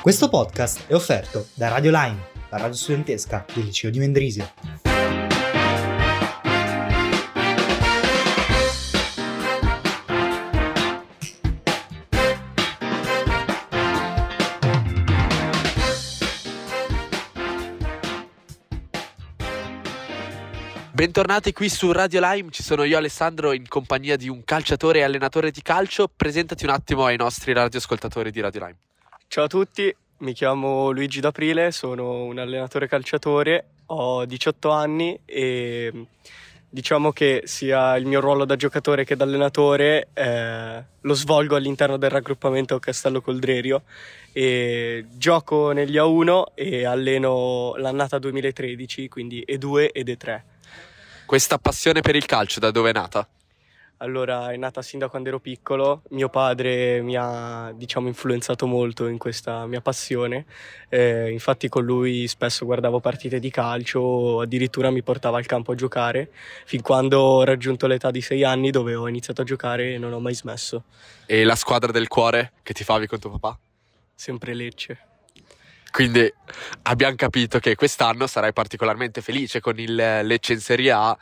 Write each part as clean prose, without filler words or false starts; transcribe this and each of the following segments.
Questo podcast è offerto da Radio Lime, la radio studentesca del liceo di Mendrisio. Bentornati qui su Radio Lime, ci sono io Alessandro in compagnia di un calciatore e allenatore di calcio. Presentati un attimo ai nostri radioascoltatori di Radio Lime. Ciao a tutti, mi chiamo Luigi D'Aprile, sono un allenatore calciatore, ho 18 anni e diciamo che sia il mio ruolo da giocatore che da allenatore lo svolgo all'interno del raggruppamento Castello Coldrerio e gioco negli A1 e alleno l'annata 2013, quindi E2 ed E3. Questa passione per il calcio da dove è nata? Allora, è nata sin da quando ero piccolo. Mio padre mi ha, influenzato molto in questa mia passione. Infatti con lui spesso guardavo partite di calcio, addirittura mi portava al campo a giocare, fin quando ho raggiunto l'età di 6 anni dove ho iniziato a giocare e non ho mai smesso. E la squadra del cuore che tifavi con tuo papà? Sempre Lecce. Quindi abbiamo capito che quest'anno sarai particolarmente felice con il Lecce in Serie A.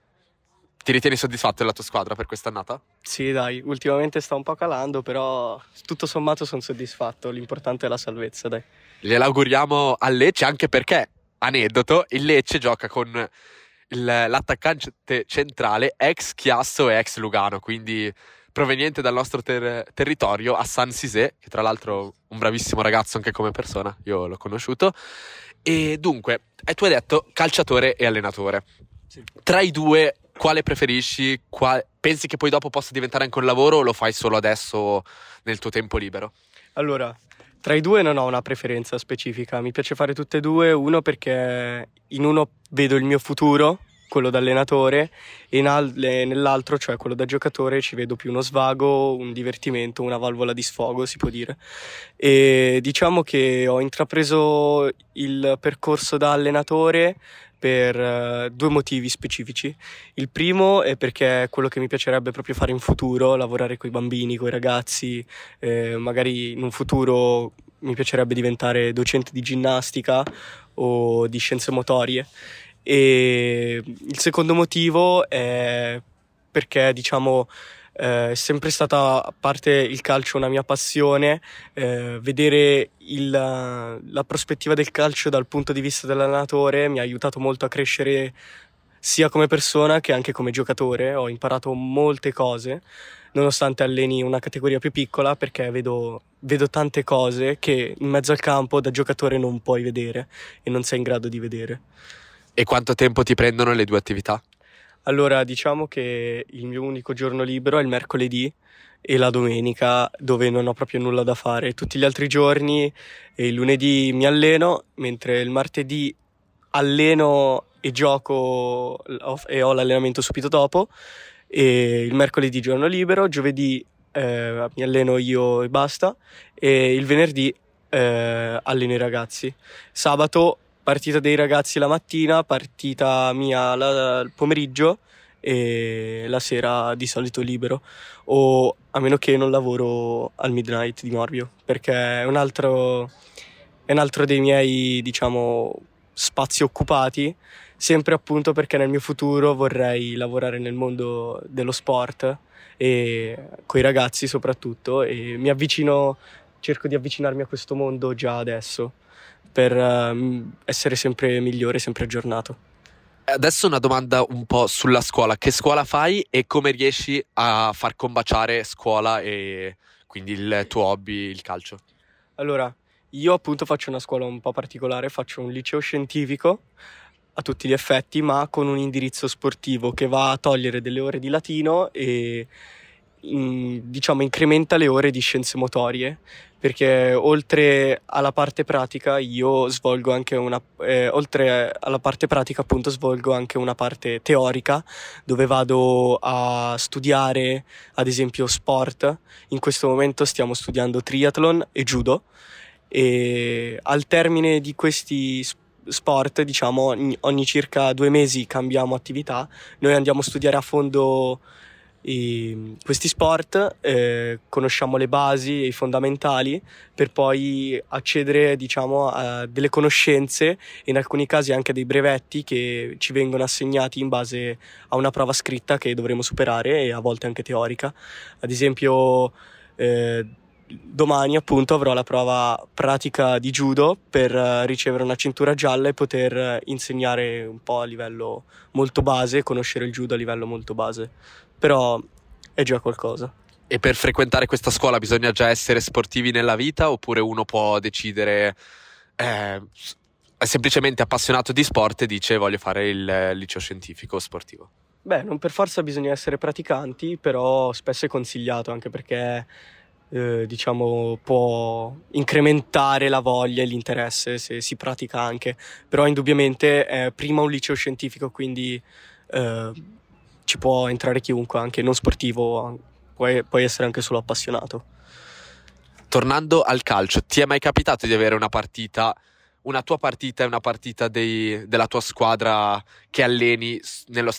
Ti ritieni soddisfatto della tua squadra per quest'annata? Sì, dai, ultimamente sta un po' calando, però tutto sommato sono soddisfatto, l'importante è la salvezza, dai. Gliel'auguriamo al Lecce, anche perché, aneddoto, il Lecce gioca con l'attaccante centrale ex Chiasso e ex Lugano, quindi proveniente dal nostro territorio, Hassan Cissé, che tra l'altro un bravissimo ragazzo anche come persona, io l'ho conosciuto. E dunque, tu hai detto calciatore e allenatore. Sì. Tra i due, quale preferisci? Pensi che poi dopo possa diventare anche un lavoro o lo fai solo adesso nel tuo tempo libero? Allora, tra i due non ho una preferenza specifica, mi piace fare tutte e due, uno perché in uno vedo il mio futuro, quello da allenatore, e nell'altro, cioè quello da giocatore, ci vedo più uno svago, un divertimento, una valvola di sfogo, si può dire. E diciamo che ho intrapreso il percorso da allenatore per due motivi specifici. Il primo è perché è quello che mi piacerebbe proprio fare in futuro, lavorare con i bambini, con i ragazzi, magari in un futuro mi piacerebbe diventare docente di ginnastica o di scienze motorie. E il secondo motivo è perché è sempre stata, a parte il calcio, una mia passione. Vedere la prospettiva del calcio dal punto di vista dell'allenatore mi ha aiutato molto a crescere sia come persona che anche come giocatore. Ho imparato molte cose nonostante alleni una categoria più piccola, perché vedo tante cose che in mezzo al campo da giocatore non puoi vedere e non sei in grado di vedere. E quanto tempo ti prendono le due attività? Allora, diciamo che il mio unico giorno libero è il mercoledì e la domenica, dove non ho proprio nulla da fare. Tutti gli altri giorni, il lunedì mi alleno, mentre il martedì alleno e gioco e ho l'allenamento subito dopo, e il mercoledì giorno libero, giovedì mi alleno io e basta, e il venerdì alleno i ragazzi. Sabato partita dei ragazzi la mattina, partita mia il pomeriggio e la sera di solito libero, o a meno che non lavoro al Midnight di Morbio, perché è un altro dei miei, spazi occupati, sempre appunto perché nel mio futuro vorrei lavorare nel mondo dello sport e coi ragazzi soprattutto, e cerco di avvicinarmi a questo mondo già adesso, per essere sempre migliore, sempre aggiornato. Adesso una domanda un po' sulla scuola. Che scuola fai e come riesci a far combaciare scuola e quindi il tuo hobby, il calcio? Allora, io appunto faccio una scuola un po' particolare, faccio un liceo scientifico a tutti gli effetti, ma con un indirizzo sportivo che va a togliere delle ore di latino e incrementa le ore di scienze motorie, perché oltre alla parte pratica io svolgo anche oltre alla parte pratica appunto svolgo anche una parte teorica, dove vado a studiare ad esempio sport. In questo momento stiamo studiando triathlon e judo, e al termine di questi sport, ogni circa 2 mesi cambiamo attività. Noi andiamo a studiare a fondo questi sport, conosciamo le basi e i fondamentali per poi accedere, diciamo, a delle conoscenze e in alcuni casi anche dei brevetti che ci vengono assegnati in base a una prova scritta che dovremo superare e a volte anche teorica. Ad esempio, domani appunto avrò la prova pratica di judo per ricevere una cintura gialla e poter insegnare un po' a livello molto base, conoscere il judo a livello molto base, però è già qualcosa. E per frequentare questa scuola bisogna già essere sportivi nella vita, oppure uno può decidere, è semplicemente appassionato di sport e dice voglio fare il liceo scientifico sportivo? Beh, non per forza bisogna essere praticanti, però spesso è consigliato, anche perché diciamo può incrementare la voglia e l'interesse se si pratica anche, però indubbiamente è prima un liceo scientifico, quindi ci può entrare chiunque, anche non sportivo, puoi essere anche solo appassionato. Tornando al calcio, ti è mai capitato di avere una tua partita e una partita della tua squadra che alleni alla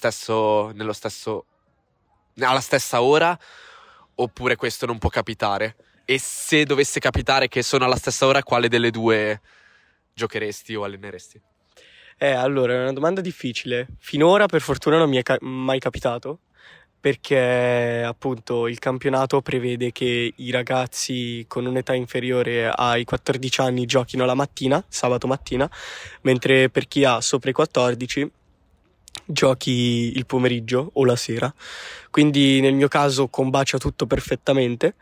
stessa ora? Oppure questo non può capitare? E se dovesse capitare che sono alla stessa ora, quale delle due giocheresti o alleneresti? Allora, è una domanda difficile. Finora per fortuna non mi è mai capitato, perché appunto il campionato prevede che i ragazzi con un'età inferiore ai 14 anni giochino la mattina, sabato mattina, mentre per chi ha sopra i 14 giochi il pomeriggio o la sera. Quindi nel mio caso combacia tutto perfettamente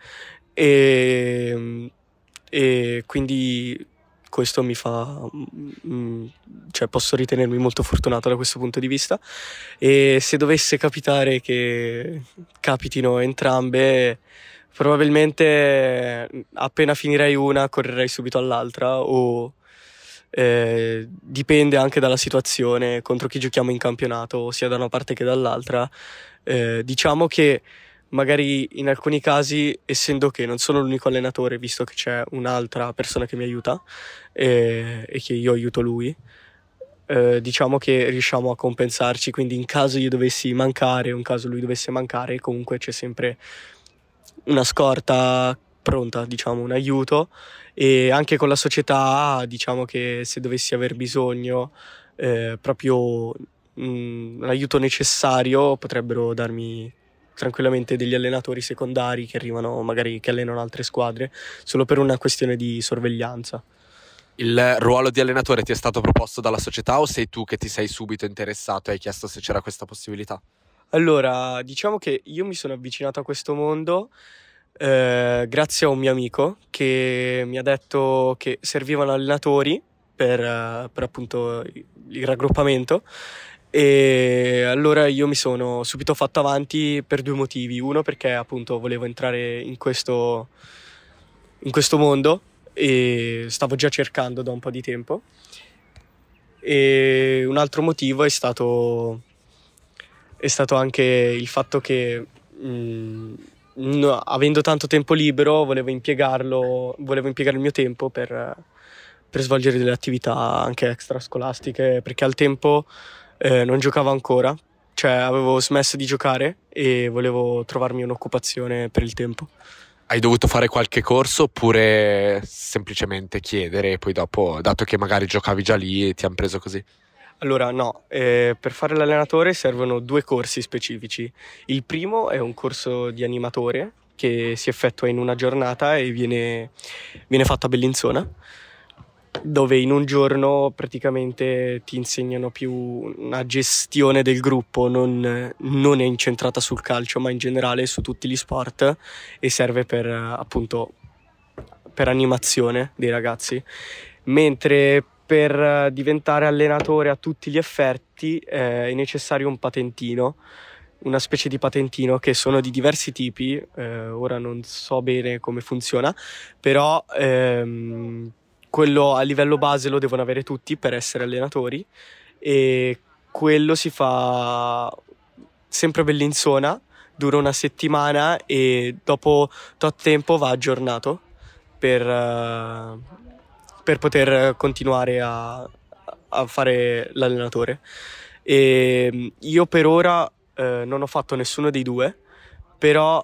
e quindi questo mi fa cioè posso ritenermi molto fortunato da questo punto di vista, e se dovesse capitare che capitino entrambe, probabilmente appena finirei una correrei subito all'altra, o dipende anche dalla situazione contro chi giochiamo in campionato, sia da una parte che dall'altra. Diciamo che magari in alcuni casi, essendo che non sono l'unico allenatore, visto che c'è un'altra persona che mi aiuta e che io aiuto lui, diciamo che riusciamo a compensarci, quindi in caso io dovessi mancare o in caso lui dovesse mancare, comunque c'è sempre una scorta pronta, diciamo, un aiuto. E anche con la società, diciamo che se dovessi aver bisogno proprio un aiuto necessario, potrebbero darmi tranquillamente degli allenatori secondari che arrivano, magari che allenano altre squadre, solo per una questione di sorveglianza. Il ruolo di allenatore ti è stato proposto dalla società o sei tu che ti sei subito interessato e hai chiesto se c'era questa possibilità? Allora, diciamo che io mi sono avvicinato a questo mondo grazie a un mio amico che mi ha detto che servivano allenatori per appunto il raggruppamento, e allora io mi sono subito fatto avanti per due motivi. Uno, perché appunto volevo entrare in questo mondo e stavo già cercando da un po' di tempo, e un altro motivo è stato anche il fatto che avendo tanto tempo libero volevo impiegare il mio tempo per svolgere delle attività anche extrascolastiche, perché al tempo non giocavo ancora, cioè avevo smesso di giocare e volevo trovarmi un'occupazione per il tempo. Hai dovuto fare qualche corso oppure semplicemente chiedere e poi dopo, dato che magari giocavi già lì, ti hanno preso così? Allora no, per fare l'allenatore servono 2 corsi specifici. Il primo è un corso di animatore che si effettua in una giornata e viene fatto a Bellinzona, dove in un giorno praticamente ti insegnano più una gestione del gruppo, non è incentrata sul calcio ma in generale su tutti gli sport, e serve per appunto per animazione dei ragazzi. Mentre per diventare allenatore a tutti gli effetti è necessario un patentino, una specie di patentino che sono di diversi tipi, ora non so bene come funziona, però quello a livello base lo devono avere tutti per essere allenatori, e quello si fa sempre a Bellinzona, dura una settimana e dopo tot tempo va aggiornato per poter continuare a fare l'allenatore. E io per ora non ho fatto nessuno dei due, però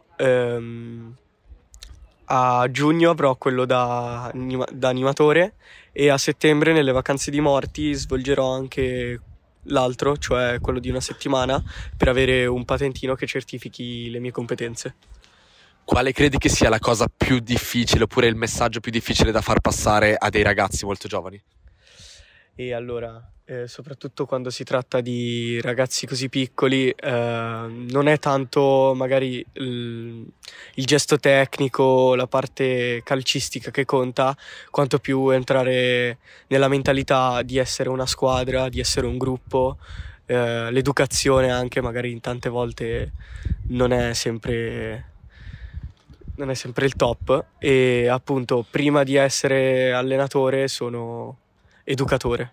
a giugno avrò quello da animatore e a settembre nelle vacanze di morti svolgerò anche l'altro, cioè quello di una settimana, per avere un patentino che certifichi le mie competenze. Quale credi che sia la cosa più difficile oppure il messaggio più difficile da far passare a dei ragazzi molto giovani? E allora, soprattutto quando si tratta di ragazzi così piccoli, non è tanto magari il gesto tecnico, la parte calcistica che conta, quanto più entrare nella mentalità di essere una squadra, di essere un gruppo. L'educazione anche magari tante volte non è sempre il top, e appunto prima di essere allenatore sono educatore.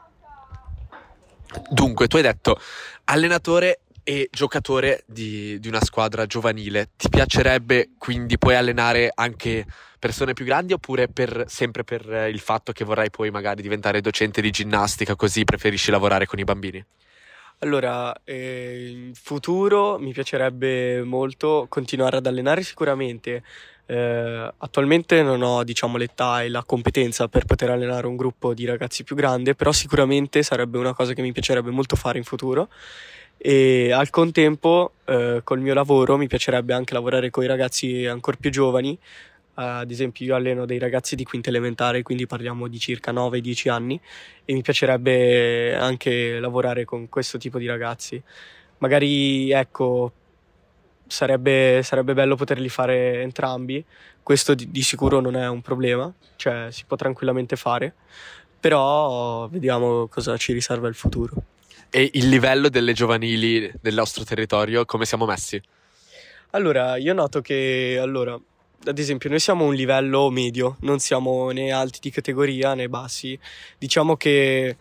Dunque, tu hai detto allenatore e giocatore di una squadra giovanile. Ti piacerebbe quindi poi allenare anche persone più grandi, oppure sempre per il fatto che vorrai poi magari diventare docente di ginnastica, così preferisci lavorare con i bambini? Allora, in futuro mi piacerebbe molto continuare ad allenare sicuramente. Attualmente non ho, diciamo, l'età e la competenza per poter allenare un gruppo di ragazzi più grande, però sicuramente sarebbe una cosa che mi piacerebbe molto fare in futuro. E al contempo, col mio lavoro mi piacerebbe anche lavorare con i ragazzi ancora più giovani. Ad esempio, io alleno dei ragazzi di quinta elementare, quindi parliamo di circa 9-10 anni, e mi piacerebbe anche lavorare con questo tipo di ragazzi. Magari, ecco, sarebbe bello poterli fare entrambi. Questo di sicuro non è un problema, cioè si può tranquillamente fare, però vediamo cosa ci riserva il futuro. E il livello delle giovanili del nostro territorio, come siamo messi? Allora, io noto che, ad esempio, noi siamo a un livello medio, non siamo né alti di categoria né bassi. Diciamo che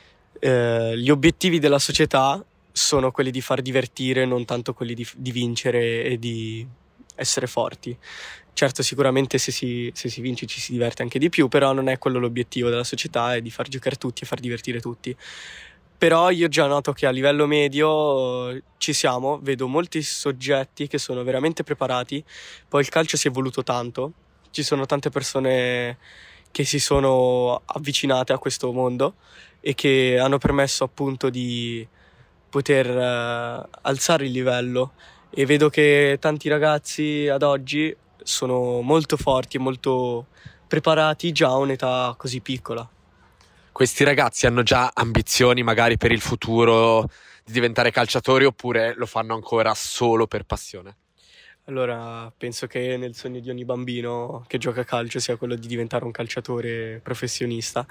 gli obiettivi della società sono quelli di far divertire, non tanto quelli di vincere e di essere forti. Certo, sicuramente se si vince ci si diverte anche di più, però non è quello l'obiettivo della società, è di far giocare tutti e far divertire tutti. Però io già noto che a livello medio ci siamo, vedo molti soggetti che sono veramente preparati. Poi il calcio si è evoluto tanto, ci sono tante persone che si sono avvicinate a questo mondo e che hanno permesso appunto di poter alzare il livello, e vedo che tanti ragazzi ad oggi sono molto forti e molto preparati già a un'età così piccola. Questi ragazzi hanno già ambizioni magari per il futuro di diventare calciatori, oppure lo fanno ancora solo per passione? Allora, penso che nel sogno di ogni bambino che gioca a calcio sia quello di diventare un calciatore professionista,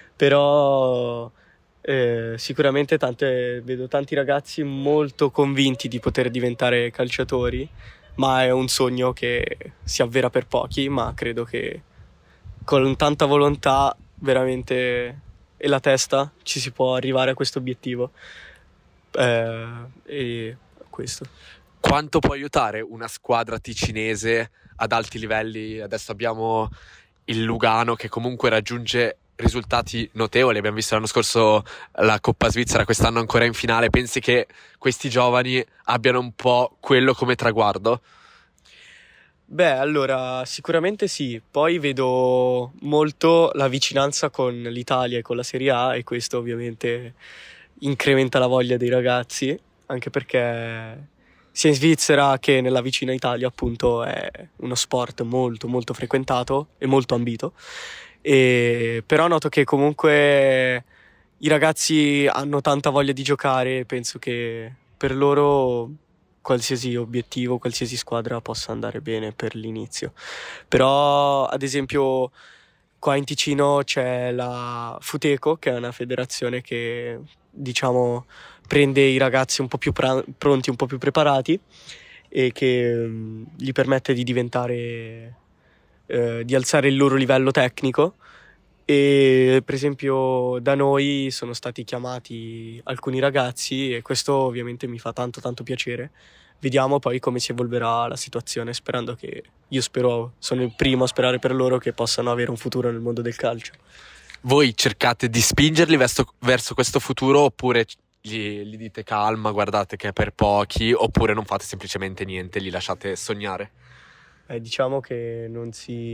però sicuramente vedo tanti ragazzi molto convinti di poter diventare calciatori, ma è un sogno che si avvera per pochi, ma credo che con tanta volontà veramente e la testa ci si può arrivare a questo obiettivo. E questo. Quanto può aiutare una squadra ticinese ad alti livelli? Adesso abbiamo il Lugano che comunque raggiunge risultati notevoli. Abbiamo visto l'anno scorso la Coppa Svizzera, quest'anno ancora in finale. Pensi che questi giovani abbiano un po' quello come traguardo? Beh, allora, sicuramente sì. Poi vedo molto la vicinanza con l'Italia e con la Serie A, e questo ovviamente incrementa la voglia dei ragazzi, anche perché sia in Svizzera che nella vicina Italia appunto è uno sport molto molto frequentato e molto ambito. Però noto che comunque i ragazzi hanno tanta voglia di giocare, e penso che per loro qualsiasi obiettivo, qualsiasi squadra possa andare bene per l'inizio. Però ad esempio qua in Ticino c'è la Futeco, che è una federazione che diciamo prende i ragazzi un po' più pronti, un po' più preparati, e che gli permette di diventare di alzare il loro livello tecnico. E per esempio da noi sono stati chiamati alcuni ragazzi, e questo ovviamente mi fa tanto tanto piacere. Vediamo poi come si evolverà la situazione, sono il primo a sperare per loro che possano avere un futuro nel mondo del calcio. Voi cercate di spingerli verso questo futuro, oppure gli dite calma, guardate che è per pochi, oppure non fate semplicemente niente, li lasciate sognare? Diciamo che non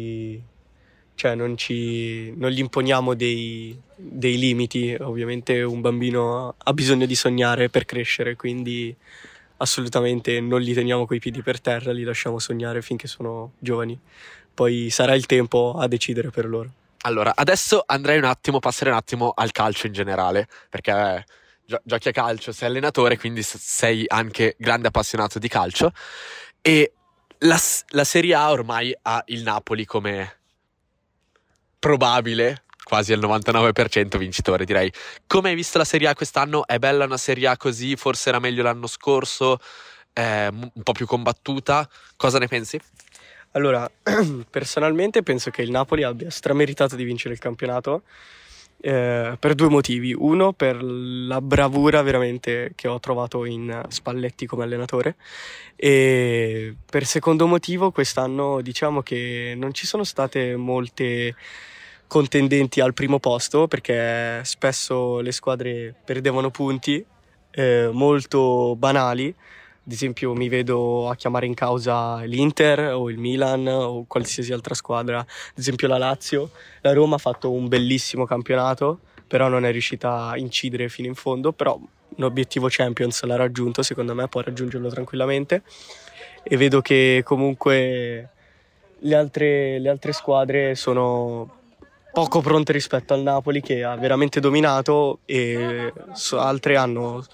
gli imponiamo dei limiti. Ovviamente un bambino ha bisogno di sognare per crescere, quindi assolutamente non li teniamo coi piedi per terra, li lasciamo sognare finché sono giovani. Poi sarà il tempo a decidere per loro. Allora, adesso passerei un attimo al calcio in generale, perché giochi a calcio, sei allenatore, quindi sei anche grande appassionato di calcio, e la Serie A ormai ha il Napoli come probabile, quasi al 99% vincitore, direi. Come hai visto la Serie A quest'anno? È bella una Serie A così? Forse era meglio l'anno scorso? È un po' più combattuta? Cosa ne pensi? Allora, personalmente penso che il Napoli abbia strameritato di vincere il campionato per due motivi. Uno, per la bravura veramente che ho trovato in Spalletti come allenatore, e per secondo motivo quest'anno diciamo che non ci sono state molte contendenti al primo posto, perché spesso le squadre perdevano punti molto banali. Ad esempio mi vedo a chiamare in causa l'Inter o il Milan o qualsiasi altra squadra, ad esempio la Lazio. La Roma ha fatto un bellissimo campionato, però non è riuscita a incidere fino in fondo, però un obiettivo Champions l'ha raggiunto, secondo me può raggiungerlo tranquillamente, e vedo che comunque le altre squadre sono poco pronte rispetto al Napoli, che ha veramente dominato, e altre hanno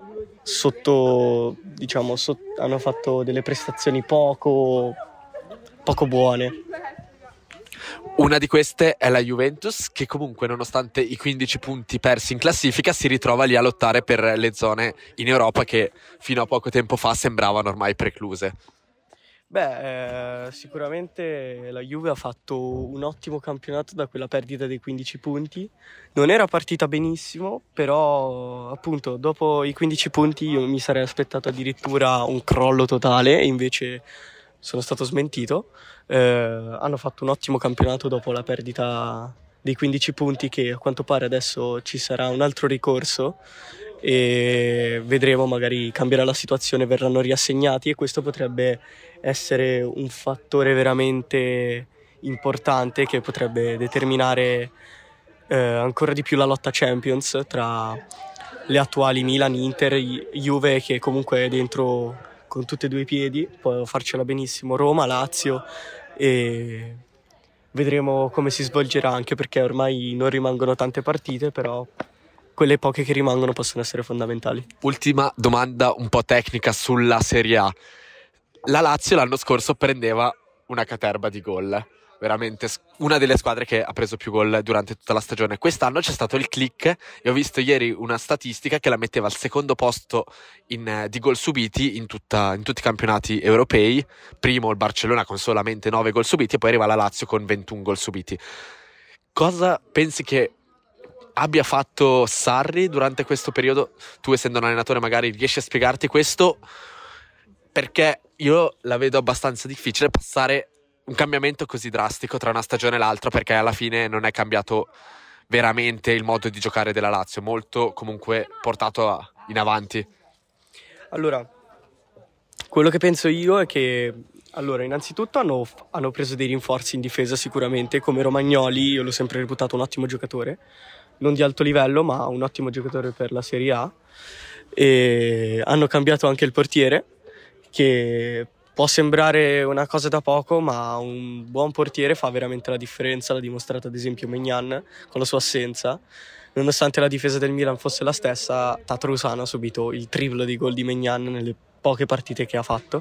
hanno fatto delle prestazioni poco buone. Una di queste è la Juventus, che comunque nonostante i 15 punti persi in classifica si ritrova lì a lottare per le zone in Europa che fino a poco tempo fa sembravano ormai precluse. Sicuramente la Juve ha fatto un ottimo campionato da quella perdita dei 15 punti. Non era partita benissimo, però appunto dopo i 15 punti io mi sarei aspettato addirittura un crollo totale, e invece sono stato smentito. Hanno fatto un ottimo campionato dopo la perdita dei 15 punti, che a quanto pare adesso ci sarà un altro ricorso e vedremo, magari cambierà la situazione, verranno riassegnati, e questo potrebbe essere un fattore veramente importante che potrebbe determinare ancora di più la lotta Champions tra le attuali Milan, Inter, Juve, che comunque è dentro con tutti e due i piedi, può farcela benissimo, Roma, Lazio, e vedremo come si svolgerà, anche perché ormai non rimangono tante partite, però quelle poche che rimangono possono essere fondamentali. Ultima domanda un po' tecnica sulla Serie A. La Lazio l'anno scorso prendeva una caterba di gol, veramente una delle squadre che ha preso più gol durante tutta la stagione. Quest'anno c'è stato il click, e ho visto ieri una statistica che la metteva al secondo posto di gol subiti in tutti i campionati europei. Primo il Barcellona con solamente 9 gol subiti, e poi arriva la Lazio con 21 gol subiti. Cosa pensi che abbia fatto Sarri durante questo periodo? Tu, essendo un allenatore, magari riesci a spiegarti questo, perché io la vedo abbastanza difficile passare un cambiamento così drastico tra una stagione e l'altra, perché alla fine non è cambiato veramente il modo di giocare della Lazio, molto comunque portato in avanti. Allora, quello che penso io è che innanzitutto hanno preso dei rinforzi in difesa sicuramente, come Romagnoli. Io l'ho sempre reputato un ottimo giocatore, non di alto livello, ma un ottimo giocatore per la Serie A. E hanno cambiato anche il portiere, che può sembrare una cosa da poco, ma un buon portiere fa veramente la differenza. L'ha dimostrato ad esempio Maignan con la sua assenza. Nonostante la difesa del Milan fosse la stessa, Tatarusano ha subito il triplo di gol di Maignan nelle poche partite che ha fatto,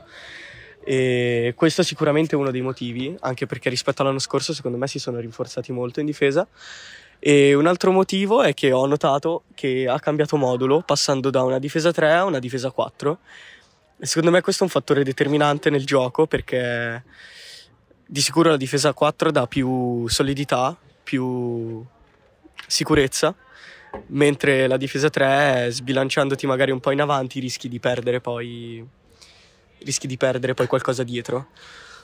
e questo è sicuramente uno dei motivi, anche perché rispetto all'anno scorso secondo me si sono rinforzati molto in difesa. E un altro motivo è che ho notato che ha cambiato modulo, passando da una difesa 3 a una difesa 4, e secondo me questo è un fattore determinante nel gioco, perché di sicuro la difesa 4 dà più solidità, più sicurezza, mentre la difesa 3, sbilanciandoti magari un po' in avanti, rischi di perdere poi qualcosa dietro.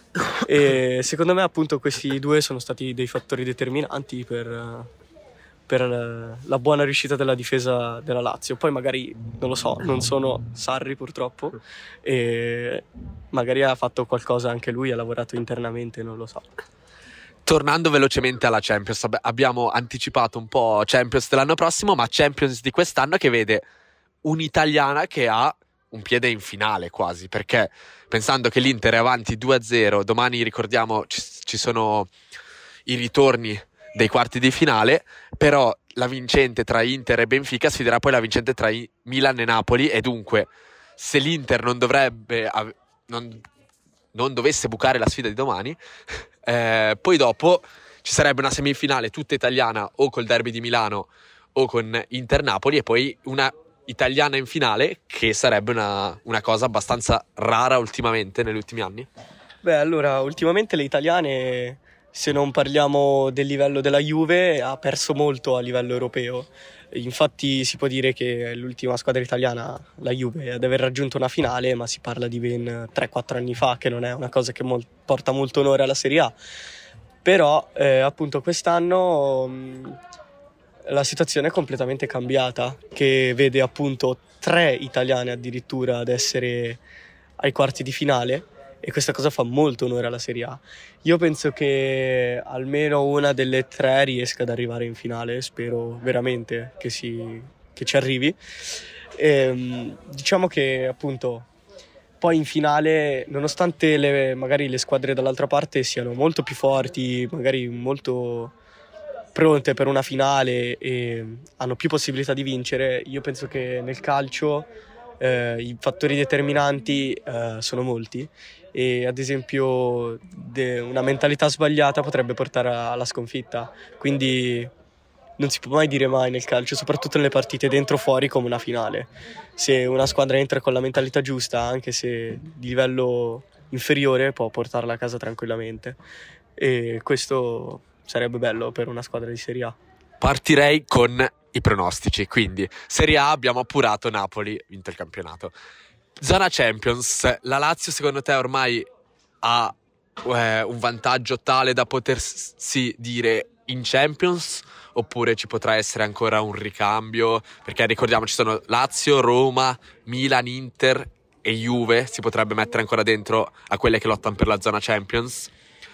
E secondo me appunto questi due sono stati dei fattori determinanti per per la buona riuscita della difesa della Lazio. Poi magari, non lo so, non sono Sarri purtroppo, e magari ha fatto qualcosa anche lui, ha lavorato internamente, non lo so. Tornando velocemente alla Champions, abbiamo anticipato un po' Champions dell'anno prossimo, ma Champions di quest'anno che vede un'italiana che ha un piede in finale quasi, perché pensando che l'Inter è avanti 2-0, domani ricordiamo ci sono i ritorni dei quarti di finale, però la vincente tra Inter e Benfica sfiderà poi la vincente tra Milan e Napoli, e dunque se l'Inter non dovesse bucare la sfida di domani, poi dopo ci sarebbe una semifinale tutta italiana o col derby di Milano o con Inter-Napoli, e poi una italiana in finale, che sarebbe una cosa abbastanza rara ultimamente, negli ultimi anni. Beh, allora, ultimamente le italiane, se non parliamo del livello della Juve, ha perso molto a livello europeo. Infatti si può dire che l'ultima squadra italiana, la Juve, ad aver raggiunto una finale, ma si parla di ben 3-4 anni fa, che non è una cosa che porta molto onore alla Serie A. Però appunto quest'anno la situazione è completamente cambiata, che vede appunto 3 italiane addirittura ad essere ai quarti di finale, e questa cosa fa molto onore alla Serie A. Io penso che almeno una delle 3 riesca ad arrivare in finale, spero veramente che ci arrivi. Diciamo che appunto poi in finale, nonostante magari le squadre dall'altra parte siano molto più forti, magari molto pronte per una finale e hanno più possibilità di vincere, io penso che nel calcio i fattori determinanti sono molti, e ad esempio una mentalità sbagliata potrebbe portare alla sconfitta, quindi non si può mai dire mai nel calcio, soprattutto nelle partite dentro o fuori come una finale. Se una squadra entra con la mentalità giusta, anche se di livello inferiore, può portarla a casa tranquillamente, e questo sarebbe bello per una squadra di Serie A. Partirei con i pronostici, quindi Serie A abbiamo appurato, Napoli vinto il campionato. Zona Champions, la Lazio secondo te ormai ha un vantaggio tale da potersi dire in Champions, oppure ci potrà essere ancora un ricambio? Perché ricordiamo ci sono Lazio, Roma, Milan, Inter e Juve, si potrebbe mettere ancora dentro a quelle che lottano per la zona Champions.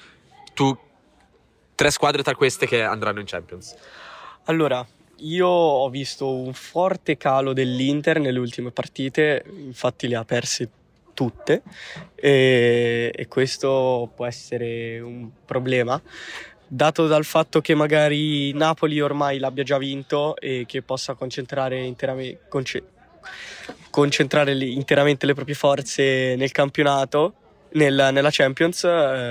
3 squadre tra queste che andranno in Champions. Allora, io ho visto un forte calo dell'Inter nelle ultime partite, infatti le ha perse tutte, e questo può essere un problema, dato dal fatto che magari Napoli ormai l'abbia già vinto e che possa concentrare interamente le proprie forze nel campionato, nella Champions.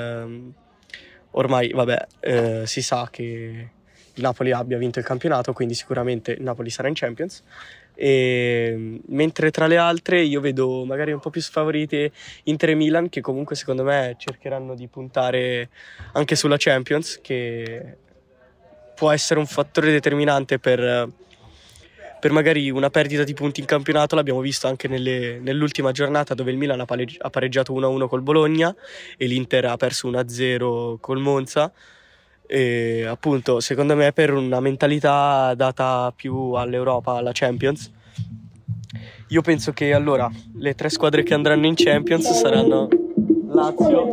Ormai si sa che il Napoli abbia vinto il campionato, quindi sicuramente il Napoli sarà in Champions, mentre tra le altre io vedo magari un po' più sfavorite Inter e Milan, che comunque secondo me cercheranno di puntare anche sulla Champions, che può essere un fattore determinante per magari una perdita di punti in campionato. L'abbiamo visto anche nell'ultima giornata, dove il Milan ha pareggiato 1-1 col Bologna e l'Inter ha perso 1-0 col Monza, e appunto secondo me per una mentalità data più all'Europa, alla Champions, io penso che allora le 3 squadre che andranno in Champions saranno Lazio,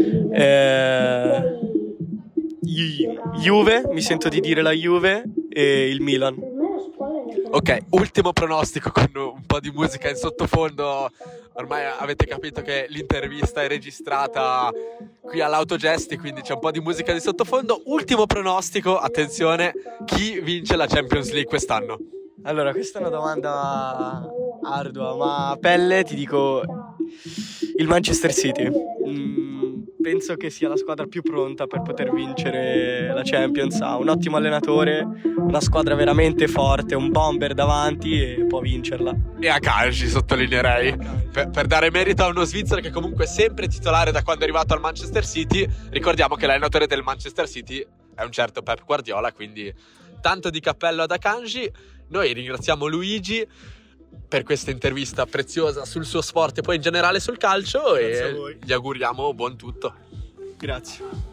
Juve, mi sento di dire la Juve, e il Milan. Ok, ultimo pronostico con un po' di musica in sottofondo. Ormai avete capito che l'intervista è registrata qui all'Autogesti, quindi c'è un po' di musica di sottofondo. Ultimo pronostico, attenzione, chi vince la Champions League quest'anno? Allora, questa è una domanda ardua, ma a pelle ti dico il Manchester City. Penso che sia la squadra più pronta per poter vincere la Champions, ha un ottimo allenatore, una squadra veramente forte, un bomber davanti, e può vincerla. E a Kanji, sottolineerei, per dare merito a uno svizzero che comunque è sempre titolare da quando è arrivato al Manchester City. Ricordiamo che l'allenatore del Manchester City è un certo Pep Guardiola, quindi tanto di cappello ad Akanji. Noi ringraziamo Luigi per questa intervista preziosa sul suo sport e poi in generale sul calcio. Grazie, e gli auguriamo buon tutto. Grazie.